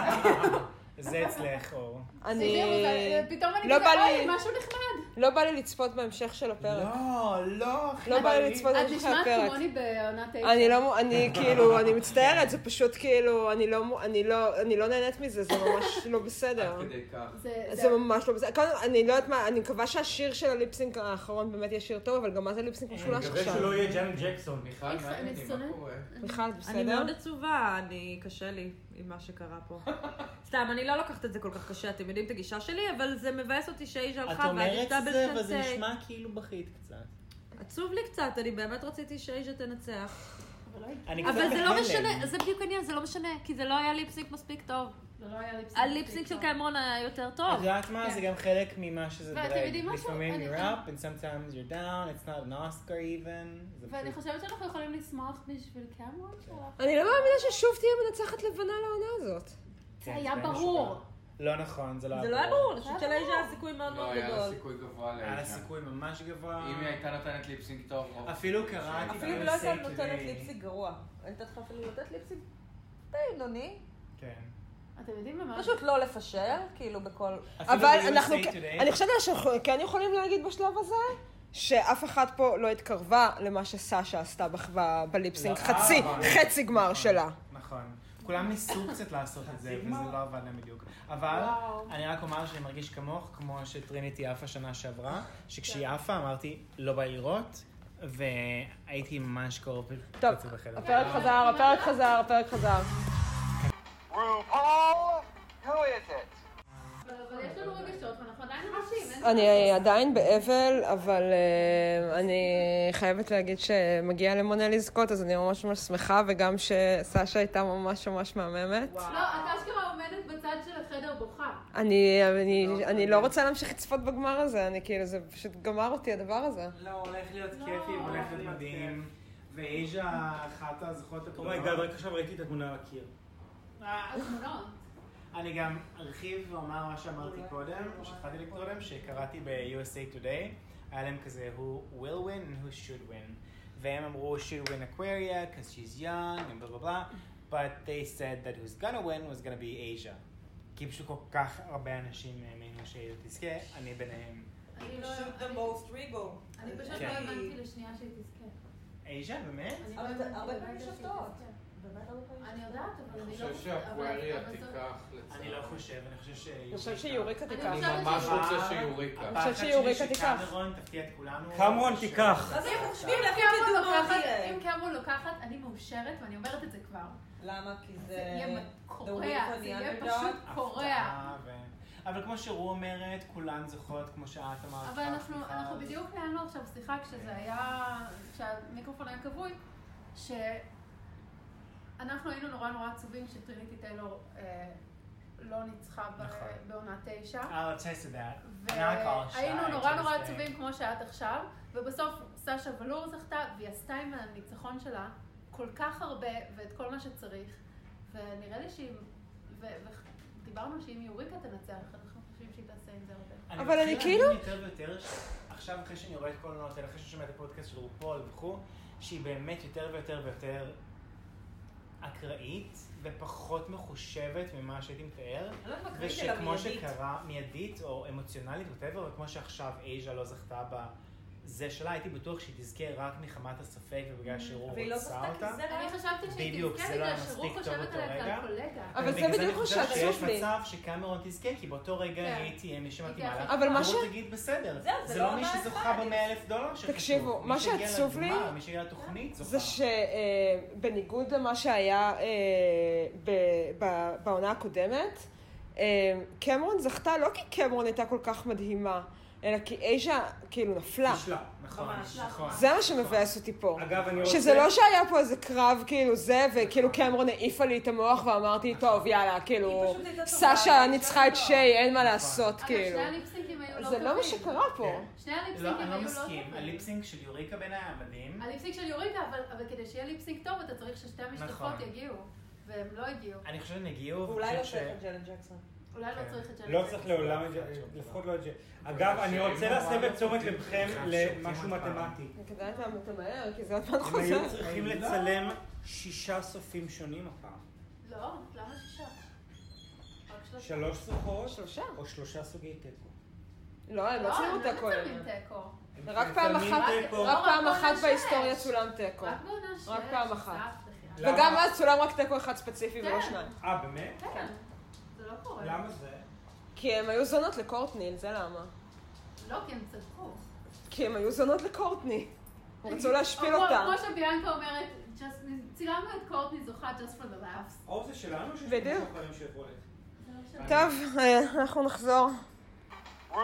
זה אצלך, אור. אני... פתאום אני לא כזה, בא לי- אוי, משהו נחמד. לא בא לי לצפות בהמשך של הפרק. לא, לא. לא בא לי לצפות את בהמשך של נשמעת הפרק. כמוני בעונה תשע. אני לא, אני כאילו, אני מצטערת, זה פשוט כאילו, אני לא, אני לא, אני לא נהנית מזה, זה ממש לא בסדר. עד כדי כך. זה- זה ממש לא בסדר. קודם, אני לא יודעת מה, אני מקווה שהשיר של הליפסינק האחרון באמת יהיה שיר טוב, אבל גם מה זה ליפסינק משולש מקווה עכשיו? שלא יהיה ג'אנט ג'קסון. מיכל, איך- מה אני העניינים? שונאת. מה קורה? מיכל, אני בסדר? מאוד עצובה, אני, קשה לי עם מה שקרה פה. סתם, אני לא לוקחת את זה כל כך קשה, אתם יודעים את הגישה שלי, אבל זה מבאס אותי שאיז'ה את הלכה, אומרת את זה, דאבל אבל זה צ'אנסי. נשמע כאילו בכית קצת. עצוב לי קצת, אני באמת רציתי שאיז'ה תנצח. אני קצת אבל זה לא בהלם. משנה, זה בדיוק העניין, זה לא משנה, כי זה לא היה ליפסינק מספיק טוב. זה לא היה ליפסינק. הליפסינק של קיימרון היה יותר את טוב. יודעת מה? זה גם חלק ממה שזה ואתם דרג. יודעים משהו? לפעמים אני- you're up and sometimes you're down, it's not an Oscar even. זה ואני פשוט- חושבת שאנחנו יכולים לשמוח בשביל קמרון שלך. אני לא מאמינה ששוב תהיה מנצחת לבנה לעונה הזאת. זה כן, היה די ברור. משוגע. לא נכון, זה לא היה זה לא היה ברור, אני חושבת זה היה שלאיז'ה היה סיכוי מאוד לא, מאוד היה לה גדול. סיכוי גבוה היה לה לאישה. סיכוי ממש גבוה. אם היא הייתה נותנת ליפסינק טוב, רוב- אפילו קראתי אפילו אם ב-U לא S A הייתה נותנת Today. ליפסינק גרוע. אני נתת לך אפילו לתת ליפסינק די בינוני. כן. אתם יודעים למה? פשוט לא לפשל, כאילו בכל... אפילו אבל ב-U S A אנחנו, Today. אני חושבת שאנחנו כן יכולים להגיד בשלב הזה, שאף אחת פה לא התקרבה למה שסשה עשתה בח- ב- בליפסינק, לא, חצי, אה, חצי גמר נכון, שלה. נכון. כולם ניסו קצת לעשות את זה, וזה לא עבד להם בדיוק. אבל אני רק אומר שאני מרגיש כמוך, כמו שטריניטי עפה שנה שעברה, שכשהיא עפה אמרתי, לא בא לי לראות, והייתי ממש קרוב טוב, בקצב בחדר. הפרק חזר, הפרק חזר, הפרק חזר. RuPaul, who is it? אבל יש לנו רגשות ואנחנו עדיין אנשים. אין אני עדיין באבל, אבל אה, אני חייבת להגיד שמגיע למונה לזכות, אז אני ממש ממש שמחה, וגם שסשה הייתה ממש ממש מהממת. לא, את אשכרה עומדת בצד של החדר בוכה. אני, אני, אני לא רוצה להמשיך לצפות בגמר הזה, אני כאילו, זה פשוט גמר אותי הדבר הזה. לא, הולך להיות כיפי, הולך להיות מדהים. ואיז'ה אחת הזוכות הקרובות. אומייגאד, רק עכשיו ראיתי את התמונה על הקיר. התמונות. אני גם ארחיב ואומר מה שאמרתי קודם, שהתחלתי לי קודם, שקראתי ב-U S A Today, היה להם כזה who will win and who should win. והם אמרו should win Aquaria because she's young and blah blah blah, but they said that who's gonna win was gonna be Asia. כי פשוט כל כך הרבה אנשים האמינו שאיז'ה תזכה, אני ביניהם. אני לא- פשוט the אני- most regal. אני פשוט כן. לא האמנתי לשנייה שהיא תזכה. איז'ה, באמת? אני לא אבל האמנתי הרבה לרגע פעמים שהיא שופטות. תזכה. באמת הרבה פעמים אני יודעת, אבל אני אני לא... חושב אבל- שהקווריה אבל זאת- תיקח אני לא חושב, אני חושב ש... אני חושבת שיוריקה אני תיקח. אני חושבת ממש ש- רוצה שיוריקה. אני חושבת שיוריקה תיקח. קמרון תפתיע את כולנו. קמרון תיקח. אז הם חושבים אם לכי קמרון תדעו מה לוקחת- יהיה. אם קמרון לוקחת, אני מאושרת, ואני אומרת את זה כבר. למה? כי זה זה... יהיה the קורע, week on זה the יהיה underdog. פשוט קורע. הפתעה ו- אבל כמו שרו אומרת, כולן זוכות, כמו שאת אמרת. אבל אנחנו, סליחה. אנחנו בדיוק ניהלנו עכשיו שיחה כשזה היה, כשהמיקרופון היה כבוי, שאנחנו היינו נורא נורא עצובים שטריניטי טיילור אה, לא ניצחה ב- נכון. בעונה תשע. I'll attest to that. I'm not called shy והיינו נורא to נורא this עצובים thing. כמו שאת עכשיו, ובסוף סשה ולור זכתה, והיא עשתה עם הניצחון שלה כל כך הרבה ואת כל מה שצריך, ונראה לי שהיא, ו- ודיברנו שאם יוריקה תנצח, אנחנו חושבים שהיא תעשה עם זה הרבה. אבל אני מתחיל כאילו- להבין יותר ויותר עכשיו אחרי שאני רואה את כל העונות האלה, אחרי שאני שומע את הפודקאסט של רופול וכו', שהיא באמת יותר ויותר ויותר אקראית ופחות מחושבת ממה שהייתי מתאר. ושכמו שקרה מיידית או אמוציונלית וטבר, וכמו שעכשיו אייז'ה לא זכתה בזה שלה, הייתי בטוח שהיא תזכה רק מחמת הספק ובגלל שרור רוצה אותה. אני חשבתי שהיא תזכה בגלל שרור חושבת עליה כקולגה. אבל זה בדיוק מה שעצוב לי. שיש מצב שקמרון תזכה, כי באותו רגע הייתי מי שמתאימה לה. אבל מה ש... הוא תגיד בסדר. זה לא מי שזוכה במאה אלף דולר שחשוב. תקשיבו, מה שעצוב לי... מי שהגיע לתוכנית זוכה. זה שבניגוד למה שהיה בעונה הקודמת, קמרון זכתה לא כי קמרון הייתה כל כך מדהימה, אלא כי אייז'ה כאילו נפלה. נשלה. נכון, נכון. זה מה שמבאס אותי פה. אגב, אני רוצה... שזה לא שהיה פה איזה קרב כאילו זה, וכאילו קמרון העיפה לי את המוח ואמרתי, טוב, יאללה, כאילו, סשה ניצחה את שיי, אין מה לעשות, כאילו. שני הליפסינקים היו לא זה לא מה שקרה פה. שני הליפסינקים היו לא אני לא טובים. מסכים, הליפסינק של יוריקה בעיניי היה מדהים. הליפסינק של יוריקה, אבל כדי שיהיה ליפסינק טוב, אתה צריך ששתי המשתתפות יגיעו, והם לא הגיעו. אני חושב שהם הגיעו, אולי לא צריך את ג'לן ג'קסון. אולי לא צריך את ג'לן. לא צריך לעולם, לפחות לא את זה. אגב, אני רוצה להסב את תשומת לבכם למשהו מתמטי. כדאי אתה מתמהר, כי זה עוד פעם הם חוזר. היו צריכים לצלם שישה סופים שונים הפעם. לא, למה שישה? רק שלושה. שלוש זוכות? שלושה. או שלושה סוגי תיקו. לא, הם לא צילמו תיקו. הם לא מצלמים תיקו. רק פעם אחת, רק פעם אחת בהיסטוריה צולם תיקו. רק בעונה שש. רק פעם אחת. סבתא, וגם אז צולם רק תיקו אחד ספציפי ולא שניים. אה, באמת? כן, זה לא קורה. למה זה? כי הם היו זונות לקורטני, זה למה. לא, כי הם צדקו. כי הם היו זונות לקורטני. הם רצו להשפיל או אותם. כמו שביאנקה אומרת, "Just- צילמנו את קורטני זוכה just for the laughs. או זה שלנו שיש בדיוק. לנו סוחרים שיבואו זה לא שלנו. טוב, אה, אנחנו נחזור. RuPaul,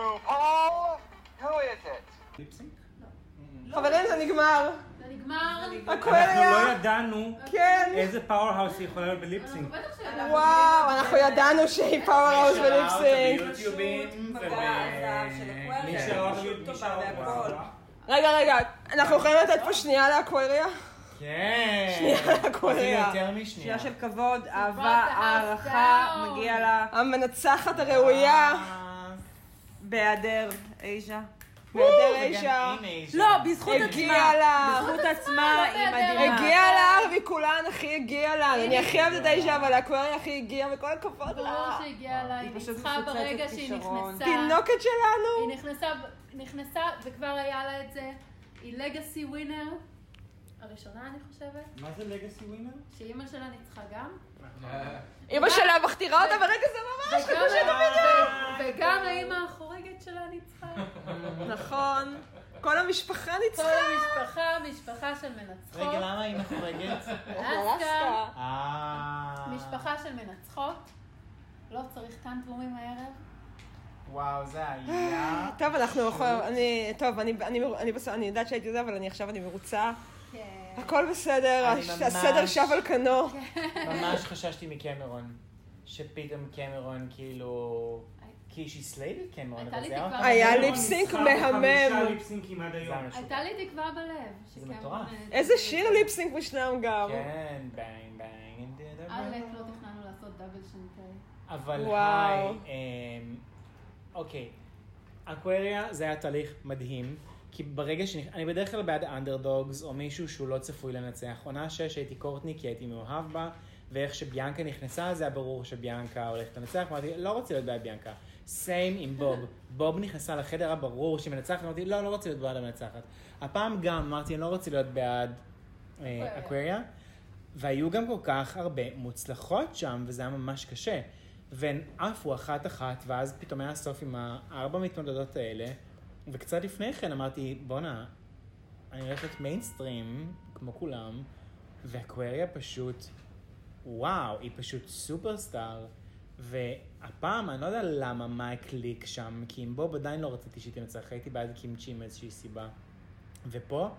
who is it? ליפסינק? חברים, זה נגמר. זה נגמר. אנחנו אקווריה. לא ידענו כן. איזה פאוור האוס היא יכולה להיות בליפסינק. אנחנו בטח שידענו. וואו, אנחנו ידענו שהיא פאוור האוס בליפסינק. ביוטיובים מגע של מי אקווריה, שראה פשוט מי טובה שראה והכל. רגע, רגע, אנחנו יכולים לתת פה שנייה לאקווריה? כן. שנייה לאקווריה. אפילו יותר משנייה. שנייה של כבוד, אהבה, the house הערכה, down. מגיע לה המנצחת הראויה. אה, בהיעדר אייז'ה. בהיעדר וגם אישה. עם אייז'ה. לא, בזכות הגיעה עצמה. לה. בזכות עצמה היא מדהימה. הגיעה לה מכולן, הכי הגיעה לה. אני הכי אוהבת את האישה, אבל האקווריה הכי הגיעה, וכל הכבוד ברור לה. שהגיעה לה, היא פשוט ניצחה מפוצצת ברגע שהיא כישרון. נכנסה. תינוקת שלנו. היא נכנסה, נכנסה וכבר היה לה את זה. היא לגאסי ווינר. הראשונה אני חושבת. מה זה לגאסי ווינר? שאימא שלה ניצחה גם. אמא שלה מכתירה אותה ברגע זה ממש. וגם ה- וגם האימא החורגת שלה ניצחה. נכון. כל המשפחה כל ניצחה. המשפחה, משפחה של מנצחות. רגע, למה היא מחורגת? אלסקה, אה... משפחה של מנצחות. לא צריך טנטרומים הערב. וואו, זה היה... טוב, אנחנו יכולים, אני, טוב, אני, אני, אני, בסדר, אני יודעת שהייתי זה, אבל אני עכשיו אני מרוצה. כן. הכל בסדר, אני הש- ממש- הסדר שב על כנו. ממש חששתי מקמרון. שפתאום קמרון כאילו... כי שהיא סליידד קמרון, הייתה אבל לי זה היה... תקווה. אותה. היה קמרון ליפסינק ניצחה מהמם. בחמישה ליפסינקים עד היום. זה משהו. הייתה לי תקווה בלב. שקמרון- מטורף. איזה שיר ליפסינק בשנם גם. כן, ביינג ביינג. עלק לא תכננו לעשות דאבל שנטי. אבל וואו. היי, אמ, אוקיי, אקווריה זה היה תהליך מדהים, כי ברגע שאני, אני בדרך כלל בעד אנדרדוגס, או מישהו שהוא לא צפוי לנצח. עונה שש הייתי קורטני כי הייתי מאוהב בה, ואיך שביאנקה נכנסה, זה היה ברור שביאנקה הולכת לנצח, אמרתי, לא רוצה להיות בעד ביאנקה. סיים עם בוב. בוב נכנסה לחדר, היה ברור שהיא מנצחת, אמרתי, לא, לא רוצה להיות בעד המנצחת. הפעם גם אמרתי, אני לא רוצה להיות בעד אה, אקווריה, והיו גם כל כך הרבה מוצלחות שם, וזה היה ממש קשה. והן עפו אחת-אחת, ואז פתאום היה סוף עם הארבע מתמודדות האלה, וקצת לפני כן אמרתי, בונה, אני הולכת מיינסטרים, כמו כולם, ואקווריה פשוט, וואו, היא פשוט סופרסטאר, והפעם, אני לא יודע למה, מה הקליק שם, כי עם בוב עדיין לא רציתי שהיא תנצח, הייתי בעד קימצ'י עם איזושהי סיבה. ופה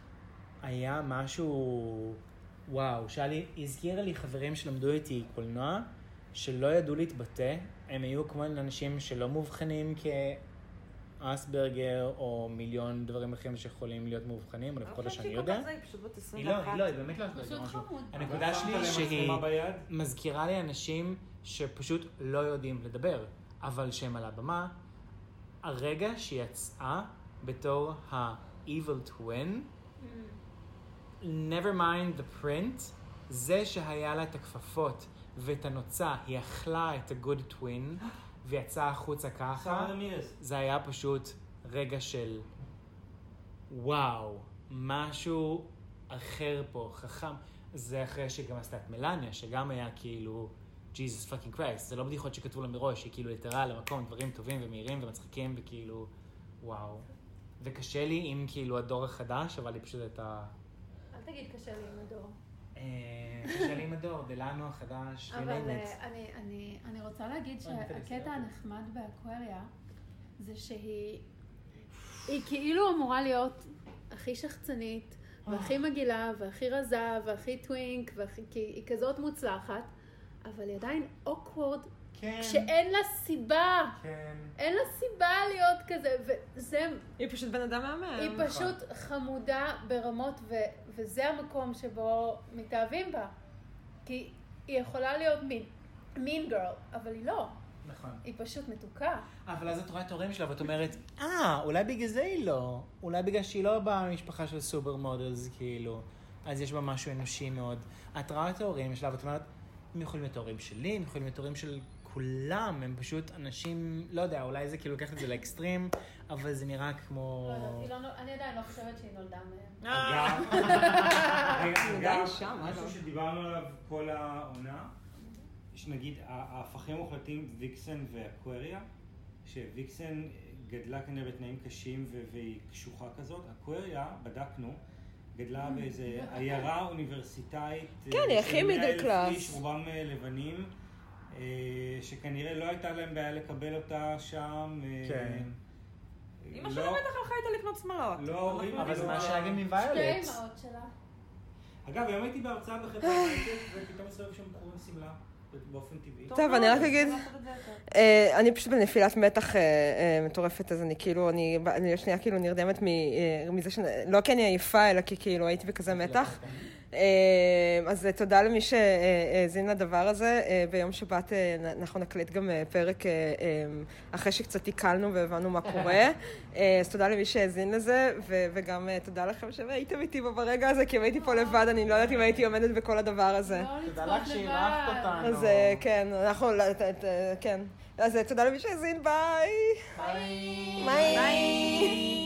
היה משהו, וואו, שאלי, הזכירה לי חברים שלמדו איתי קולנוע, שלא ידעו להתבטא, הם היו כמו אנשים שלא מובחנים כאסברגר או מיליון דברים אחרים שיכולים להיות מובחנים, או לפחות שאני יודע. היא פשוט בת עשרים היא לא, ואחת. היא לא, היא באמת לא פשוט אסברגר משהו. חמוד. הנקודה שלי שמת להם שהיא מצלמה ביד? מזכירה לי אנשים שפשוט לא יודעים לדבר, אבל שהם על הבמה, הרגע שהיא יצאה, בתור ה-evil twin. never mind the print, זה שהיה לה את הכפפות ואת הנוצה, היא אכלה את ה-good twin ויצאה החוצה ככה. זה היה פשוט רגע של וואו, משהו אחר פה, חכם. זה אחרי שגם עשתה את מלניה, שגם היה כאילו Jesus fucking Christ. זה לא בדיחות שכתבו לה מראש, היא כאילו ליטרה למקום, דברים טובים ומהירים ומצחיקים וכאילו וואו. וקשה לי עם כאילו הדור החדש, אבל היא פשוט הייתה... אל תגיד קשה לי עם הדור. קשה לי עם הדור, דלנו החדש, אבל אני, אני, אני רוצה להגיד שהקטע הנחמד באקווריה זה שהיא היא כאילו אמורה להיות הכי שחצנית והכי מגילה והכי רזה והכי טווינק כי היא כזאת מוצלחת, אבל היא עדיין אוקוורד כשאין לה סיבה. כן. אין לה סיבה להיות כזה, וזה... היא פשוט בן אדם מהמם. היא פשוט חמודה ברמות, ו... וזה המקום שבו מתאהבים בה. כי היא יכולה להיות מין, מין גרל, אבל היא לא. נכון. היא פשוט מתוקה. אבל אז את רואה את ההורים שלה ואת אומרת, אה, אולי בגלל זה היא לא. אולי בגלל שהיא לא באה במשפחה של סופר מודלס, כאילו. אז יש בה משהו אנושי מאוד. את רואה את ההורים שלה ואת אומרת, הם יכולים להיות ההורים שלי, הם יכולים להיות ההורים של כולם, הם פשוט אנשים, לא יודע, אולי זה כאילו לקחת את זה לאקסטרים, אבל זה נראה כמו... לא, אני עדיין לא חושבת שהיא נולדה מהם. אגב, משהו שדיברנו עליו כל העונה, שנגיד, ההפכים מוחלטים ויקסן ואקווריה, שוויקסן גדלה כנראה בתנאים קשים והיא קשוחה כזאת, אקווריה, בדקנו, גדלה באיזה עיירה אוניברסיטאית. כן, היא הכי מידל קלאס. רובם לבנים, שכנראה לא הייתה להם בעיה לקבל אותה שם. כן. אמא שלה בטח הלכה איתה לקנות שמלות. לא הורים. אבל זה מה שהיה גם עם ויולט. שתי אמאות שלה. אגב, היום הייתי בהרצאה בחברה הייטק, ופתאום מסתובב שם בחור עם שמלה. באופן טבעי. טוב, אני רק אגיד, אני פשוט בנפילת מתח מטורפת, אז אני כאילו, אני שנייה כאילו נרדמת מזה ש... לא כי אני עייפה, אלא כי כאילו הייתי בכזה מתח. אז תודה למי שהאזין לדבר הזה. ביום שבת אנחנו נקליט גם פרק אחרי שקצת עיכלנו והבנו מה קורה. אז תודה למי שהאזין לזה, וגם תודה לכם שהייתם איתי בו ברגע הזה, כי אם הייתי פה לבד, אני לא יודעת אם הייתי עומדת בכל הדבר הזה. תודה לך שאירחת אותנו. אז כן, אנחנו, כן. אז תודה למי שהאזין, ביי. ביי. ביי.